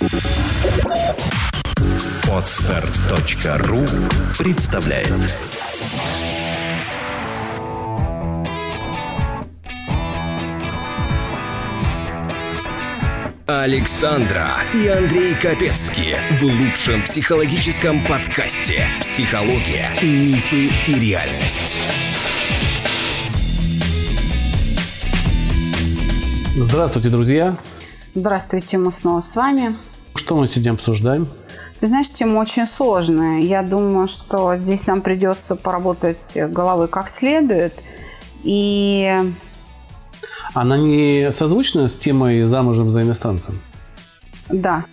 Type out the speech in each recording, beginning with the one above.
Podster.ru представляет. Александра и Андрей Капецки в лучшем психологическом подкасте «Психология, мифы и реальность». Здравствуйте, друзья. Здравствуйте, мы снова с вами. Что мы сегодня обсуждаем? Ты знаешь, тема очень сложная. Я думаю, что здесь нам придется поработать головой как следует. И... Она не созвучна с темой «Замужем за иностранцем»? Да.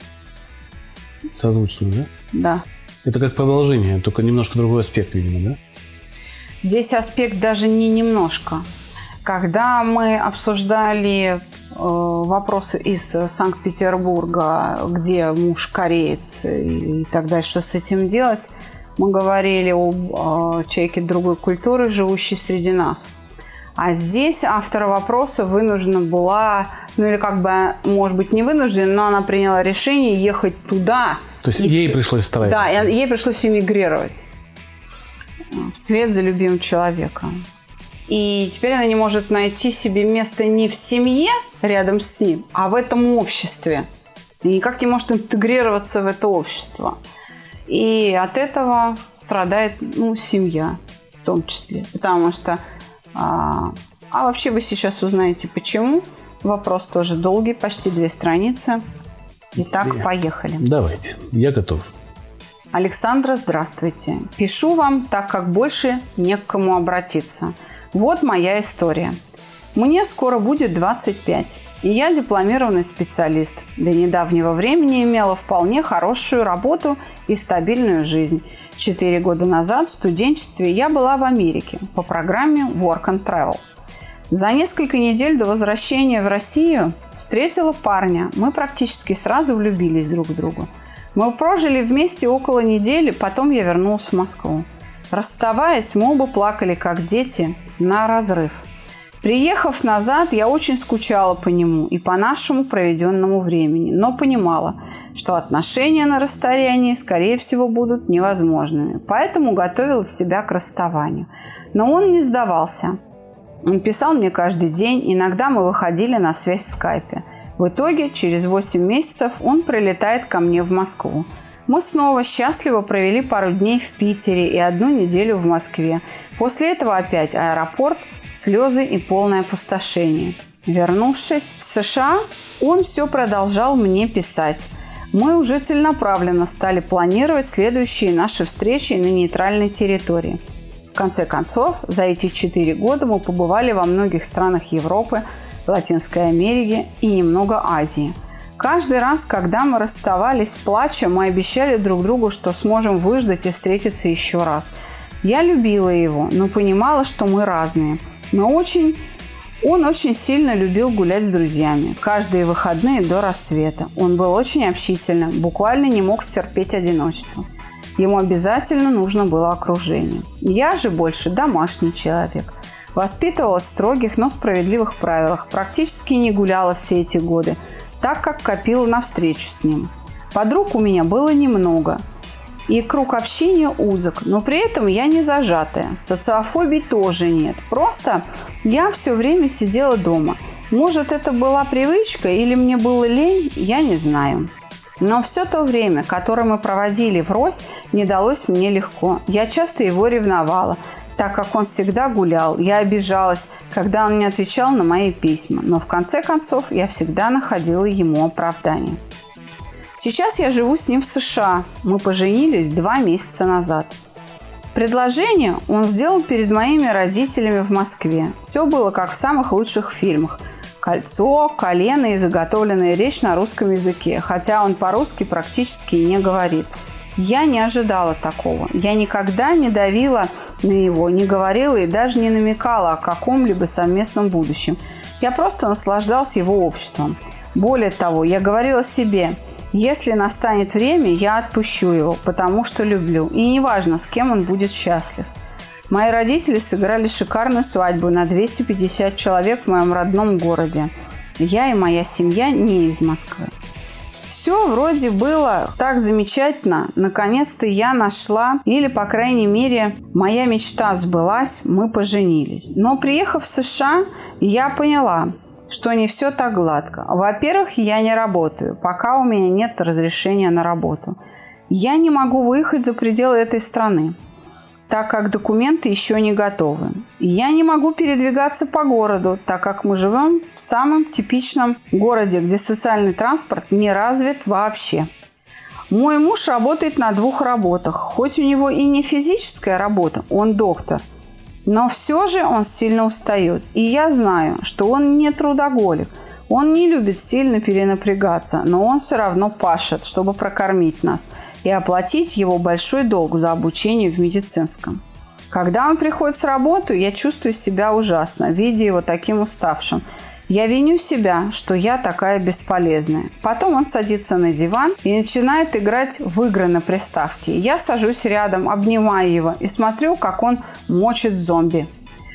Созвучна, да? Да. Это как продолжение, только немножко другой аспект, видимо, да? Здесь аспект даже не немножко. Когда мы обсуждали вопросы из Санкт-Петербурга, где муж кореец и так дальше, что с этим делать, мы говорили об человеке другой культуры, живущей среди нас. А здесь автор вопроса вынуждена была, ну или как бы, может быть, не вынуждена, но она приняла решение ехать туда. То есть ей пришлось стараться. Да, ей пришлось эмигрировать вслед за любимым человеком. И теперь она не может найти себе место не в семье рядом с ним, а в этом обществе. И никак не может интегрироваться в это общество. И от этого страдает, семья в том числе. Потому что... А вообще вы сейчас узнаете, почему. Вопрос тоже долгий, почти 2 страницы. Итак, поехали. Давайте, я готов. Александра, здравствуйте. Пишу вам, так как больше не к кому обратиться. Вот моя история. Мне скоро будет 25, и я дипломированный специалист. До недавнего времени имела вполне хорошую работу и стабильную жизнь. 4 года назад в студенчестве я была в Америке по программе Work and Travel. За несколько недель до возвращения в Россию встретила парня. Мы практически сразу влюбились друг в друга. Мы прожили вместе около недели, потом я вернулась в Москву. Расставаясь, мы оба плакали, как дети, на разрыв. Приехав назад, я очень скучала по нему и по нашему проведенному времени, но понимала, что отношения на расстоянии, скорее всего, будут невозможными. Поэтому готовила себя к расставанию. Но он не сдавался. Он писал мне каждый день, иногда мы выходили на связь в скайпе. В итоге, через 8 месяцев он прилетает ко мне в Москву. Мы снова счастливо провели пару дней в Питере и 1 неделю в Москве. После этого опять аэропорт, слезы и полное опустошение. Вернувшись в США, он все продолжал мне писать. Мы уже целенаправленно стали планировать следующие наши встречи на нейтральной территории. В конце концов, за эти 4 года мы побывали во многих странах Европы, Латинской Америки и немного Азии. Каждый раз, когда мы расставались, плача, мы обещали друг другу, что сможем выждать и встретиться еще раз. Я любила его, но понимала, что мы разные. Но он очень сильно любил гулять с друзьями. Каждые выходные до рассвета. Он был очень общительным, буквально не мог стерпеть одиночество. Ему обязательно нужно было окружение. Я же больше домашний человек. Воспитывалась в строгих, но справедливых правилах. Практически не гуляла все эти годы, так как копила на встречу с ним. Подруг у меня было немного. И круг общения узок, но при этом я не зажатая. Социофобии тоже нет. Просто я все время сидела дома. Может, это была привычка или мне было лень, я не знаю. Но все то время, которое мы проводили врозь, не далось мне легко. Я часто его ревновала, так как он всегда гулял. Я обижалась, когда он не отвечал на мои письма. Но в конце концов я всегда находила ему оправдание. Сейчас я живу с ним в США. Мы поженились 2 месяца назад. Предложение он сделал перед моими родителями в Москве. Все было как в самых лучших фильмах. Кольцо, колено и заготовленная речь на русском языке, хотя он по-русски практически не говорит. Я не ожидала такого. Я никогда не давила на него, не говорила и даже не намекала о каком-либо совместном будущем. Я просто наслаждалась его обществом. Более того, я говорила себе: если настанет время, я отпущу его, потому что люблю. И неважно, с кем он будет счастлив. Мои родители сыграли шикарную свадьбу на 250 человек в моем родном городе. Я и моя семья не из Москвы. Все вроде было так замечательно. Наконец-то я нашла, или, по крайней мере, моя мечта сбылась, мы поженились. Но приехав в США, я поняла, что не все так гладко. Во-первых, я не работаю, пока у меня нет разрешения на работу. Я не могу выехать за пределы этой страны, так как документы еще не готовы. Я не могу передвигаться по городу, так как мы живем в самом типичном городе, где социальный транспорт не развит вообще. Мой муж работает на 2 работах, хоть у него и не физическая работа, он доктор, но все же он сильно устает. И я знаю, что он не трудоголик, он не любит сильно перенапрягаться, но он все равно пашет, чтобы прокормить нас и оплатить его большой долг за обучение в медицинском. Когда он приходит с работы, я чувствую себя ужасно, видя его таким уставшим. Я виню себя, что я такая бесполезная. Потом он садится на диван и начинает играть в игры на приставке. Я сажусь рядом, обнимаю его и смотрю, как он мочит зомби.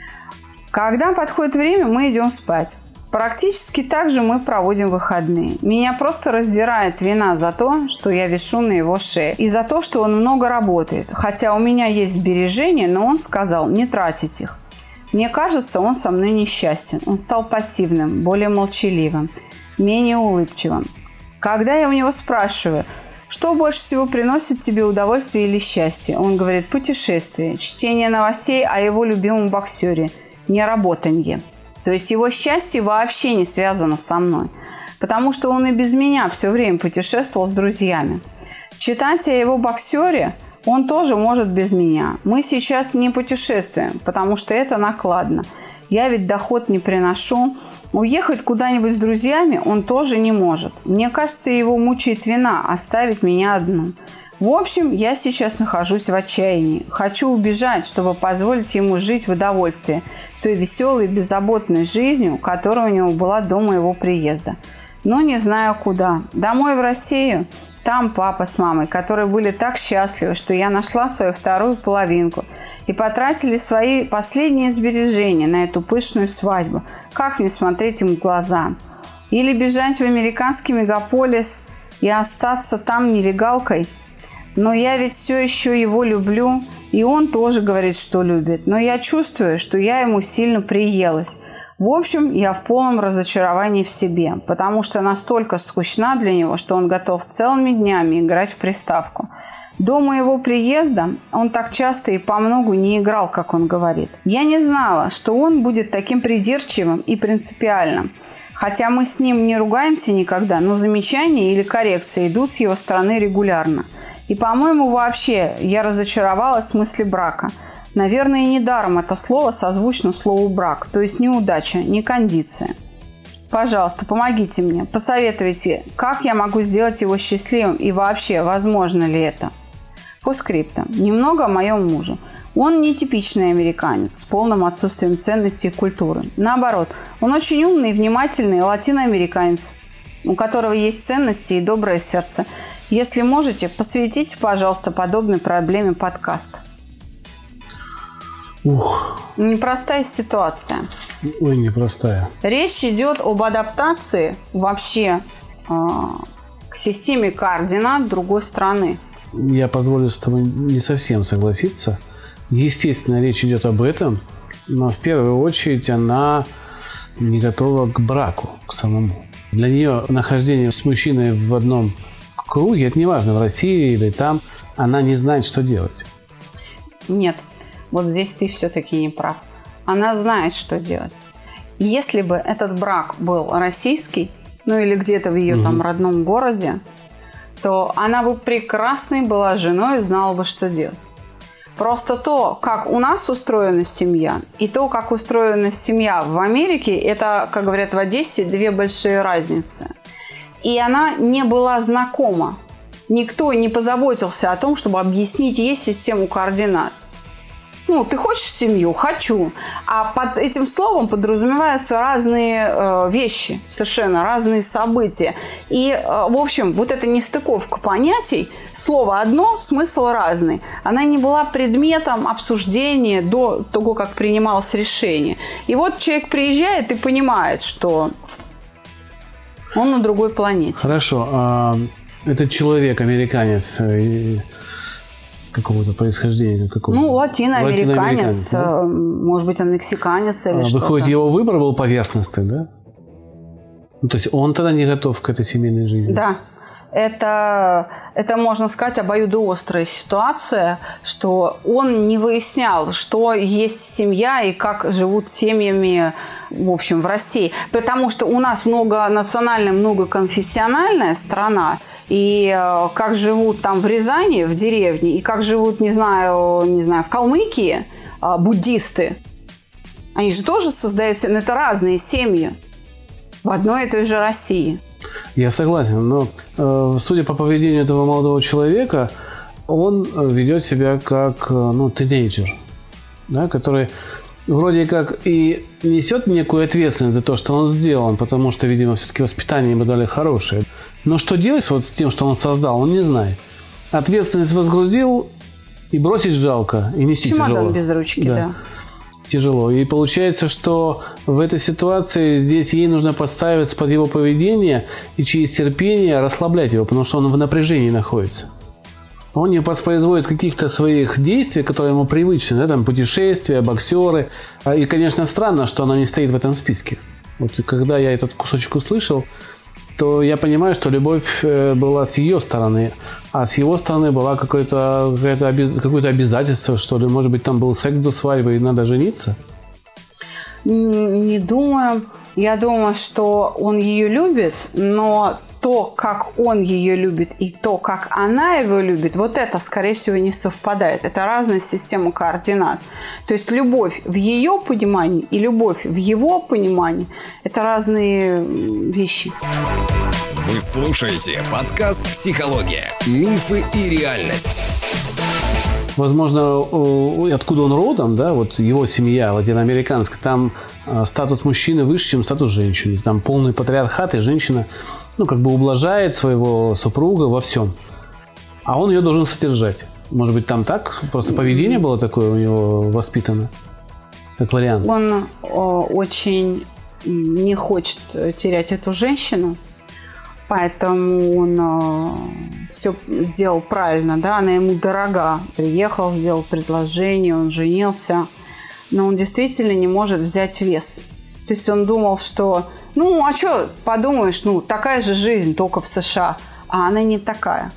Когда подходит время, мы идем спать. Практически так же мы проводим выходные. Меня просто раздирает вина за то, что я вишу на его шее. И за то, что он много работает. Хотя у меня есть сбережения, но он сказал не тратить их. Мне кажется, он со мной несчастен. Он стал пассивным, более молчаливым, менее улыбчивым. Когда я у него спрашиваю, что больше всего приносит тебе удовольствие или счастье, он говорит путешествие, чтение новостей о его любимом боксере, не работанье. То есть его счастье вообще не связано со мной, потому что он и без меня все время путешествовал с друзьями. Читать о его боксере он тоже может без меня. Мы сейчас не путешествуем, потому что это накладно. Я ведь доход не приношу. Уехать куда-нибудь с друзьями он тоже не может. Мне кажется, его мучает вина оставить меня одну. В общем, я сейчас нахожусь в отчаянии. Хочу убежать, чтобы позволить ему жить в удовольствии, той веселой, беззаботной жизнью, которая у него была до моего приезда. Но не знаю куда. Домой в Россию? Там папа с мамой, которые были так счастливы, что я нашла свою вторую половинку и потратили свои последние сбережения на эту пышную свадьбу. Как мне смотреть им в глаза? Или бежать в американский мегаполис и остаться там нелегалкой? Но я ведь все еще его люблю, и он тоже говорит, что любит. Но я чувствую, что я ему сильно приелась. В общем, я в полном разочаровании в себе, потому что настолько скучна для него, что он готов целыми днями играть в приставку. До моего приезда он так часто и по многу не играл, как он говорит. Я не знала, что он будет таким придирчивым и принципиальным. Хотя мы с ним не ругаемся никогда, но замечания или коррекции идут с его стороны регулярно. И, по-моему, вообще я разочаровалась в смысле брака. Наверное, и недаром это слово созвучно слову «брак», то есть неудача, не кондиция. Пожалуйста, помогите мне, посоветуйте, как я могу сделать его счастливым и вообще, возможно ли это. По скриптам. Немного о моем муже. Он не типичный американец с полным отсутствием ценностей и культуры. Наоборот, он очень умный и внимательный латиноамериканец, у которого есть ценности и доброе сердце. Если можете, посвятите, пожалуйста, подобной проблеме подкаст. Непростая ситуация. Ой, непростая. Речь идет об адаптации вообще к системе координат другой страны. Я позволю с тобой не совсем согласиться. Естественно, речь идет об этом, но в первую очередь она не готова к браку, к самому. Для нее нахождение с мужчиной в одном круге, это неважно, в России или там, она не знает, что делать. Нет, вот здесь ты все-таки не прав. Она знает, что делать. Если бы этот брак был российский, ну или где-то в ее там родном городе, то она бы прекрасной была женой и знала бы, что делать. Просто то, как у нас устроена семья, и то, как устроена семья в Америке, это, как говорят в Одессе, две большие разницы. И она не была знакома. Никто не позаботился о том, чтобы объяснить ей систему координат. Ну, ты хочешь семью? Хочу. А под этим словом подразумеваются разные вещи, совершенно разные события. И, в общем, вот эта нестыковка понятий, слово одно, смысл разный. Она не была предметом обсуждения до того, как принималось решение. И вот человек приезжает и понимает, что Он на другой планете. Хорошо. Этот человек, американец, какого-то происхождения? Ну, латиноамериканец, да? Может быть, он мексиканец или что-то. Выходит, его выбор был поверхностный, да? Ну, то есть он тогда не готов к этой семейной жизни? Да. Это, можно сказать, обоюдоострая ситуация, что он не выяснял, что есть семья и как живут семьями, в общем, в России. Потому что у нас многонациональная, многоконфессиональная страна, и как живут там в Рязани, в деревне, и как живут, не знаю, в Калмыкии буддисты, они же тоже создают, но это разные семьи в одной и той же России. Я согласен, но судя по поведению этого молодого человека, он ведет себя как тинейджер, да, который вроде как и несет некую ответственность за то, что он сделал, потому что, видимо, все-таки воспитание ему дали хорошее. Но что делать вот с тем, что он создал, он не знает. Ответственность возгрузил, и бросить жалко, и нести тяжело. Чемодан без ручки, да. Тяжело. И получается, что в этой ситуации здесь ей нужно подстраиваться под его поведение и через терпение расслаблять его, потому что он в напряжении находится. Он не воспроизводит каких-то своих действий, которые ему привычны, да, там путешествия, боксеры. И, конечно, странно, что она не стоит в этом списке. Вот когда я этот кусочек услышал, то я понимаю, что любовь была с ее стороны, а с его стороны было какое-то обязательство, что ли. Может быть, там был секс до свадьбы и надо жениться? Не думаю. Я думаю, что он ее любит, но то, как он ее любит, и то, как она его любит, вот это, скорее всего, не совпадает. Это разная система координат. То есть любовь в ее понимании и любовь в его понимании – это разные вещи. Вы слушаете подкаст «Психология. Мифы и реальность». Возможно, откуда он родом, да, вот его семья латиноамериканская, там статус мужчины выше, чем статус женщины. Там полный патриархат, и женщина, ублажает своего супруга во всем. А он ее должен содержать. Может быть, там так? Просто поведение было такое у него воспитано? Как вариант. Он очень не хочет терять эту женщину. Поэтому он все сделал правильно, да, она ему дорога. Приехал, сделал предложение, он женился, но он действительно не может взять вес. То есть он думал, что, а что, подумаешь, такая же жизнь, только в США, а она не такая.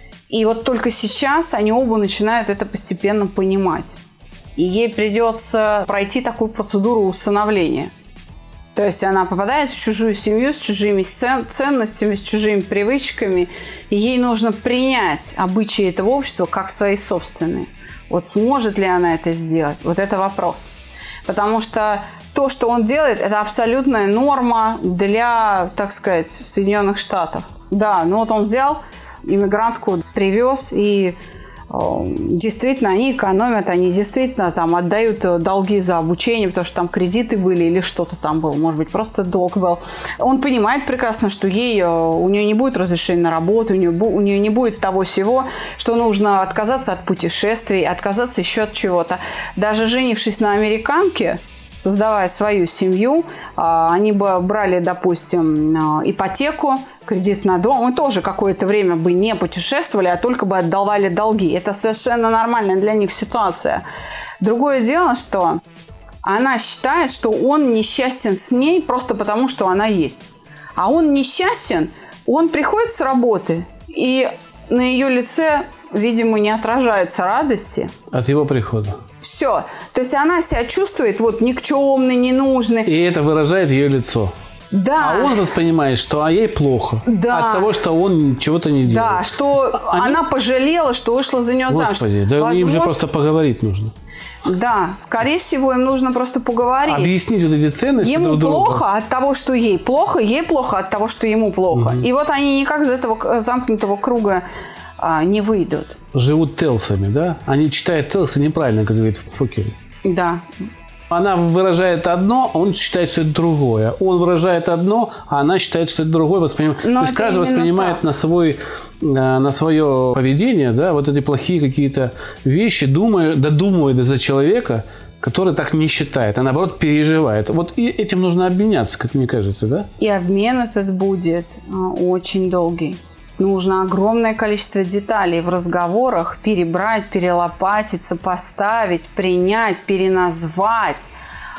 И вот только сейчас они оба начинают это постепенно понимать. И ей придется пройти такую процедуру усыновления. То есть она попадает в чужую семью с чужими ценностями, с чужими привычками, и ей нужно принять обычаи этого общества как свои собственные. Вот сможет ли она это сделать? Вот это вопрос. Потому что то, что он делает, это абсолютная норма для, так сказать, Соединенных Штатов. Да, вот он взял иммигрантку, привез, и действительно они экономят, они действительно там отдают долги за обучение, потому что там кредиты были или что-то там было, может быть, просто долг был. Он понимает прекрасно, что у нее не будет разрешения на работу, у нее не будет того всего, что нужно отказаться от путешествий, отказаться еще от чего-то. Даже женившись на американке, создавая свою семью, они бы брали, допустим, ипотеку, кредит на дом, и тоже какое-то время бы не путешествовали, а только бы отдавали долги. Это совершенно нормальная для них ситуация. Другое дело, что она считает, что он несчастен с ней просто потому, что она есть. А он несчастен, он приходит с работы, и на ее лице, видимо, не отражается радости. От его прихода. Все. То есть она себя чувствует никчемной, ненужной. И это выражает ее лицо. Да. А он воспринимает, что ей плохо. Да. От того, что он чего-то не делает. Да, что она пожалела, что вышла за нее замуж. Господи, да им же просто поговорить нужно. Да, скорее всего, им нужно просто поговорить. Объяснить вот эти ценности ему друг другу. Плохо от того, что ей плохо от того, что ему плохо. И вот они никак из этого замкнутого круга не выйдут. Живут телсами, да? Они читают телсы неправильно, как говорит Фокер. Да. Она выражает одно, он считает, что это другое. Он выражает одно, а она считает, что это другое. То есть каждый воспринимает на свое поведение, да, вот эти плохие какие-то вещи, додумывает за человека, который так не считает, а наоборот переживает. Вот и этим нужно обменяться, как мне кажется, да? И обмен этот будет очень долгий. Нужно огромное количество деталей в разговорах перебрать, перелопатить, сопоставить, принять, переназвать,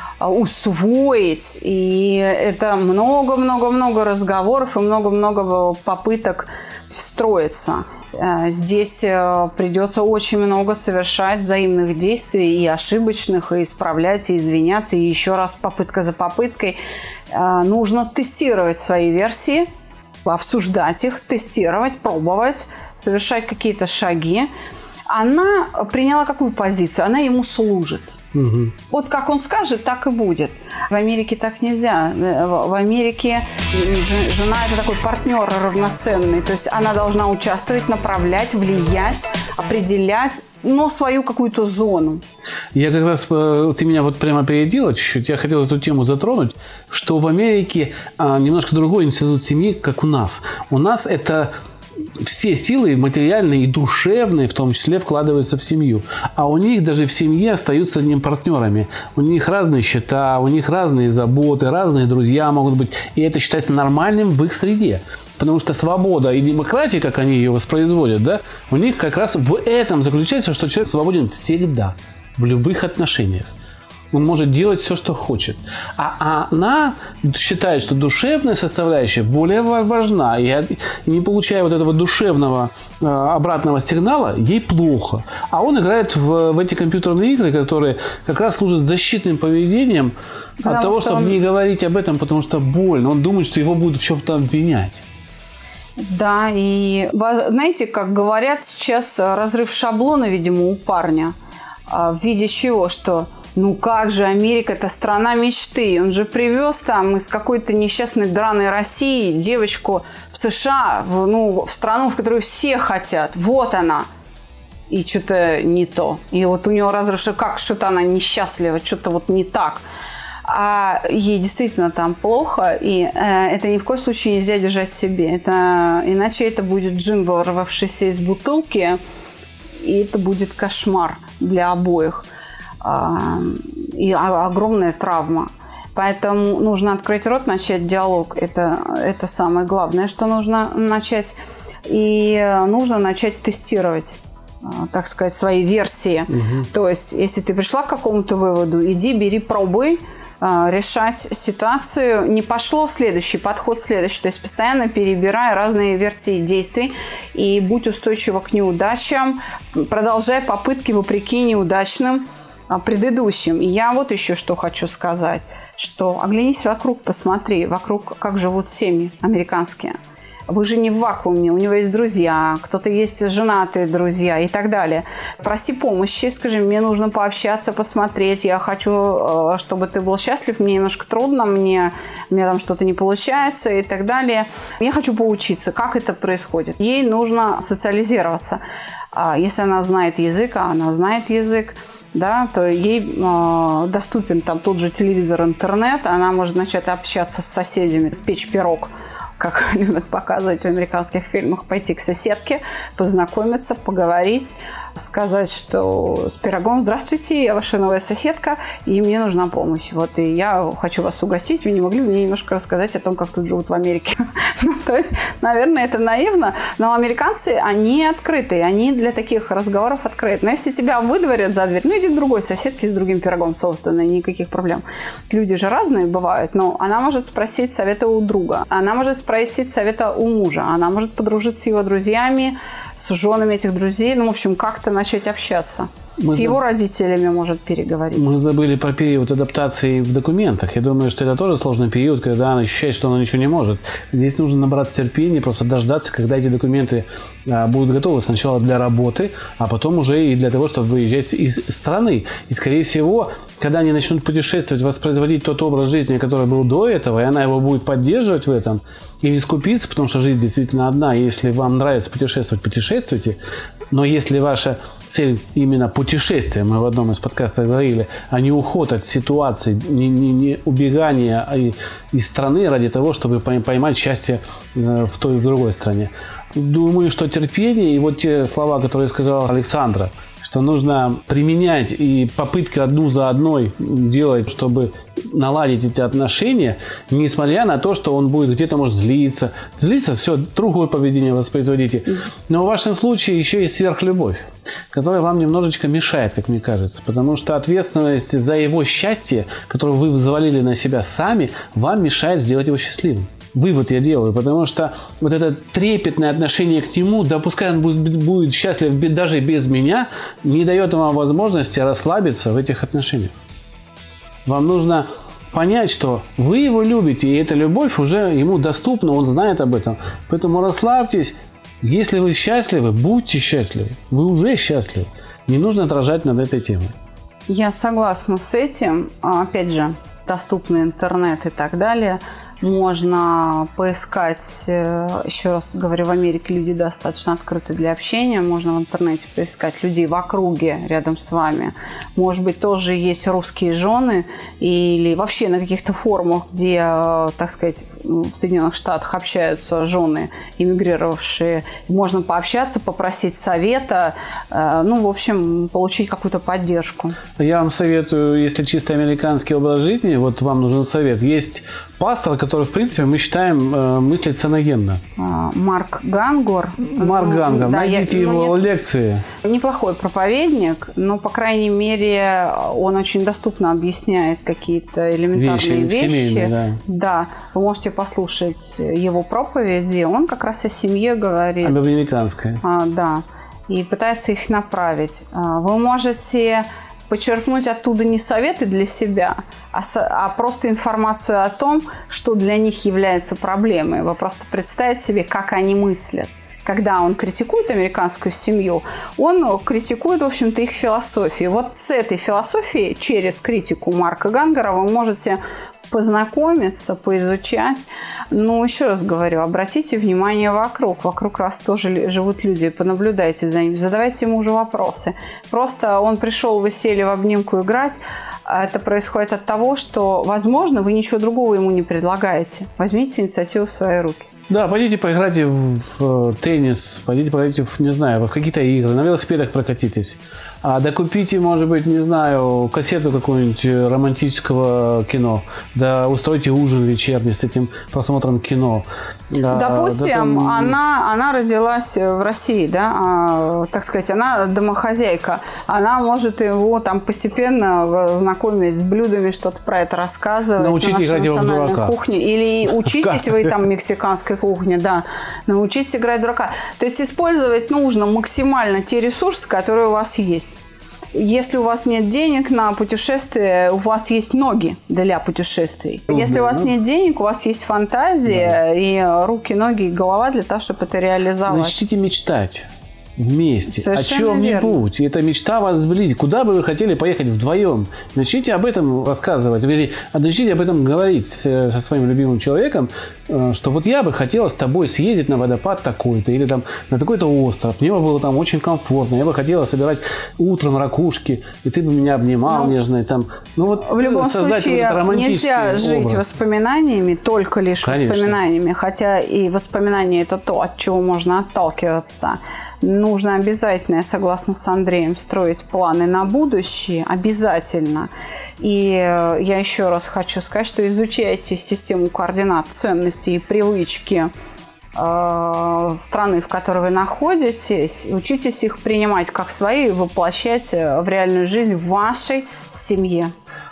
усвоить. И это много-много-много разговоров и много-много попыток встроиться. Здесь придется очень много совершать взаимных действий и ошибочных, и исправлять, и извиняться, и еще раз попытка за попыткой. Нужно тестировать свои версии, обсуждать их, тестировать, пробовать, совершать какие-то шаги. Она приняла какую позицию? Она ему служит. Угу. Вот как он скажет, так и будет. В Америке так нельзя. В Америке жена – это такой партнер равноценный. То есть она должна участвовать, направлять, влиять, определять, но свою какую-то зону. Я как раз, ты меня вот прямо опередила чуть-чуть, я хотел эту тему затронуть, что в Америке немножко другой институт семьи, как у нас. У нас это все силы материальные и душевные, в том числе, вкладываются в семью. А у них даже в семье остаются одним партнерами. У них разные счета, у них разные заботы, разные друзья могут быть. И это считается нормальным в их среде. Потому что свобода и демократия, как они ее воспроизводят, да, у них как раз в этом заключается, что человек свободен всегда, в любых отношениях. Он может делать все, что хочет. А она считает, что душевная составляющая более важна. И не получая вот этого душевного обратного сигнала, ей плохо. А он играет в эти компьютерные игры, которые как раз служат защитным поведением от того, чтобы не говорить об этом, потому что больно. Он думает, что его будут в чем-то обвинять. Да, и знаете, как говорят сейчас, разрыв шаблона, видимо, у парня. В виде чего? Что ну как же, Америка – это страна мечты. Он же привез там из какой-то несчастной драной России девочку в США, в страну, в которую все хотят. Вот она. И что-то не то. И вот у него разрыв, как что-то она несчастлива, что-то вот не так. А ей действительно там плохо, и это ни в коем случае нельзя держать в себе. Иначе это будет джин, ворвавшийся из бутылки, и это будет кошмар для обоих. И огромная травма. Поэтому нужно открыть рот, начать диалог. Это самое главное, что нужно начать. И нужно начать тестировать, так сказать, свои версии. Угу. То есть, если ты пришла к какому-то выводу, иди, бери, пробуй решать ситуацию. Не пошло, следующий подход следующий. То есть постоянно перебирай разные версии действий и будь устойчива к неудачам. Продолжай попытки вопреки неудачным предыдущим. И я вот еще что хочу сказать, что оглянись вокруг, посмотри, вокруг как живут семьи американские. Вы же не в вакууме, у него есть друзья, кто-то есть женатые друзья и так далее. Проси помощи, скажи, мне нужно пообщаться, посмотреть, я хочу, чтобы ты был счастлив, мне немножко трудно, мне там что-то не получается и так далее. Я хочу поучиться, как это происходит. Ей нужно социализироваться. Если она знает язык, а она знает язык, да, то ей доступен там тот же телевизор, интернет, она может начать общаться с соседями, спечь пирог, как любят показывать в американских фильмах, пойти к соседке, познакомиться, поговорить, сказать, что с пирогом: здравствуйте, я ваша новая соседка, и мне нужна помощь. Вот, и я хочу вас угостить, вы не могли мне немножко рассказать о том, как тут живут в Америке? То есть, наверное, это наивно, но американцы, они открытые, они для таких разговоров открыты. Но если тебя выдворят за дверь, иди к другой соседке с другим пирогом, собственно, никаких проблем. Люди же разные бывают, но она может спросить совета у друга, она может спросить совета у мужа, она может подружиться с его друзьями, с женами этих друзей, в общем, как-то начать общаться. С его родителями может переговорить. Мы забыли про период адаптации в документах. Я думаю, что это тоже сложный период, когда она ощущает, что она ничего не может. Здесь нужно набраться терпения, просто дождаться, когда эти документы будут готовы сначала для работы, а потом уже и для того, чтобы выезжать из страны. И, скорее всего, когда они начнут путешествовать, воспроизводить тот образ жизни, который был до этого, и она его будет поддерживать в этом, и не скупиться, потому что жизнь действительно одна. Если вам нравится путешествовать, путешествуйте. Но если ваша цель именно путешествие, мы в одном из подкастов говорили, а не уход от ситуации, не убегание из страны ради того, чтобы поймать счастье в той и в другой стране. Думаю, что терпение и вот те слова, которые сказала Александра, что нужно применять и попытки одну за одной делать, чтобы наладить эти отношения, несмотря на то, что он будет где-то, может, злиться. Злиться, все, другое поведение воспроизводите. Но в вашем случае еще есть сверхлюбовь, которая вам немножечко мешает, как мне кажется. Потому что ответственность за его счастье, которую вы взвалили на себя сами, вам мешает сделать его счастливым. Вывод я делаю, потому что вот это трепетное отношение к нему, да пускай он будет счастлив даже без меня, не дает вам возможности расслабиться в этих отношениях. Вам нужно понять, что вы его любите, и эта любовь уже ему доступна, он знает об этом. Поэтому расслабьтесь. Если вы счастливы, будьте счастливы. Вы уже счастливы. Не нужно дрожать над этой темой. Я согласна с этим. Опять же, доступный интернет и так далее. Можно поискать, еще раз говорю, в Америке люди достаточно открыты для общения. Можно в интернете поискать людей в округе рядом с вами. Может быть, тоже есть русские жены или вообще на каких-то форумах, где, так сказать, в Соединенных Штатах общаются жены, эмигрировавшие. Можно пообщаться, попросить совета, в общем, получить какую-то поддержку. Я вам советую, если чисто американский образ жизни, вот вам нужен совет. Есть пастор, который, в принципе, мы считаем, мыслит саногенно. Марк Гангор. Да, найдите его лекции. Неплохой проповедник, но, по крайней мере, он очень доступно объясняет какие-то элементарные вещи. Семейные, да, вы можете послушать его проповеди. Он как раз о семье говорит. Об американской. Да, и пытается их направить. Вы можете почерпнуть оттуда не советы для себя, а просто информацию о том, что для них является проблемой. Вы просто представьте себе, как они мыслят. Когда он критикует американскую семью, он критикует, в общем-то, их философию. Вот с этой философией, через критику Марка Гангора, вы можете познакомиться, поизучать. Но еще раз говорю, обратите внимание вокруг. Вокруг вас тоже живут люди. Понаблюдайте за ними, задавайте ему уже вопросы. Просто он пришел, вы сели в обнимку играть. Это происходит от того, что, возможно, вы ничего другого ему не предлагаете. Возьмите инициативу в свои руки. Да, пойдите поиграйте в теннис, пойдите поиграйте в какие-то игры, на велосипедах прокатитесь. А докупите, может быть, не знаю, кассету какую-нибудь романтического кино. Да устройте ужин вечерний с этим просмотром кино. Да, допустим, она родилась в России, да, так сказать, она домохозяйка. Она может его там постепенно знакомить с блюдами, что-то про это рассказывать. Научите играть его в дурака. Кухне. Или учитесь вы там мексиканской кухне, да. Научитесь играть в дурака. То есть использовать нужно максимально те ресурсы, которые у вас есть. Если у вас нет денег на путешествие, у вас есть ноги для путешествий. Если у вас нет денег, у вас есть фантазия и руки, ноги и голова для того, чтобы это реализовать. Начните мечтать вместе Совершенно о чем-нибудь. И эта мечта вас сблизит. Куда бы вы хотели поехать вдвоем? Начните об этом рассказывать. Или начните об этом говорить со своим любимым человеком, что вот я бы хотела с тобой съездить на водопад такой-то или там на такой-то остров. Мне бы было там очень комфортно. Я бы хотела собирать утром ракушки, и ты бы меня обнимал нежно. И там, в любом случае нельзя жить воспоминаниями, только лишь воспоминаниями. Хотя и воспоминания – это то, от чего можно отталкиваться. Нужно обязательно, я согласна с Андреем, строить планы на будущее. Обязательно. И я еще раз хочу сказать, что изучайте систему координат, ценностей и привычки страны, в которой вы находитесь. Учитесь их принимать как свои и воплощать в реальную жизнь в вашей семье.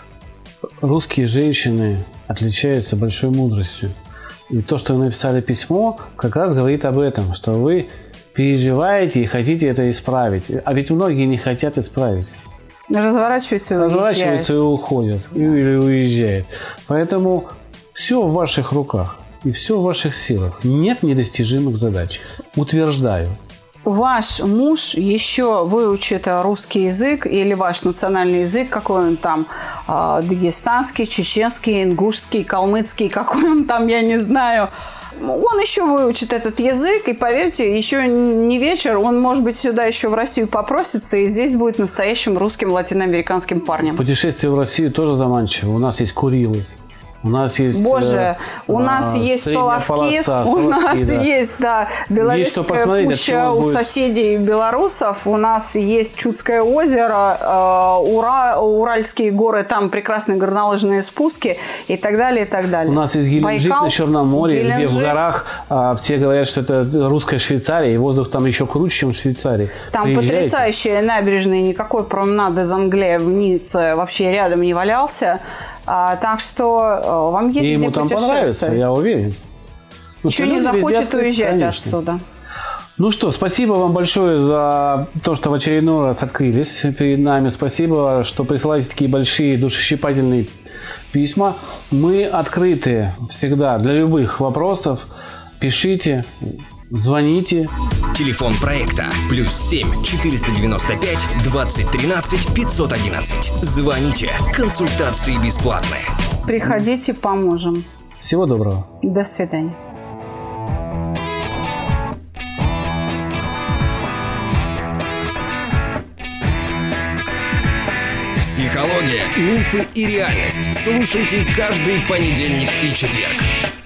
Русские женщины отличаются большой мудростью. И то, что вы написали письмо, как раз говорит об этом, что вы переживаете и хотите это исправить. А ведь многие не хотят исправить. Разворачиваются и уходят. Или уезжают. Поэтому все в ваших руках. И все в ваших силах. Нет недостижимых задач. Утверждаю. Ваш муж еще выучит русский язык или ваш национальный язык, какой он там, дагестанский, чеченский, ингушский, калмыцкий, какой он там, я не знаю. Он еще выучит этот язык, и поверьте, еще не вечер, он, может быть, сюда еще в Россию попросится, и здесь будет настоящим русским латиноамериканским парнем. Путешествие в Россию тоже заманчиво. У нас есть Курилы. У нас есть... Боже, у нас есть Соловки, у нас есть, да, белорусская куча у соседей белорусов, у нас есть Чудское озеро, Уральские горы, там прекрасные горнолыжные спуски и так далее, и так далее. У нас есть Геленджик на Черном море, где в горах все говорят, что это русская Швейцария, и воздух там еще круче, чем в Швейцарии. Там потрясающие набережные, никакой променады из Англии в Ницце вообще рядом не валялся. Так что вам есть и где ему там понравится, я уверен. Еще не захочет уезжать отсюда. Ну что, спасибо вам большое за то, что в очередной раз открылись перед нами. Спасибо, что присылаете такие большие душещипательные письма. Мы открыты всегда для любых вопросов. Пишите, звоните. Телефон проекта +7 495 2013 511. Звоните. Консультации бесплатные. Приходите, поможем. Всего доброго. До свидания. Психология, мифы и реальность. Слушайте каждый понедельник и четверг.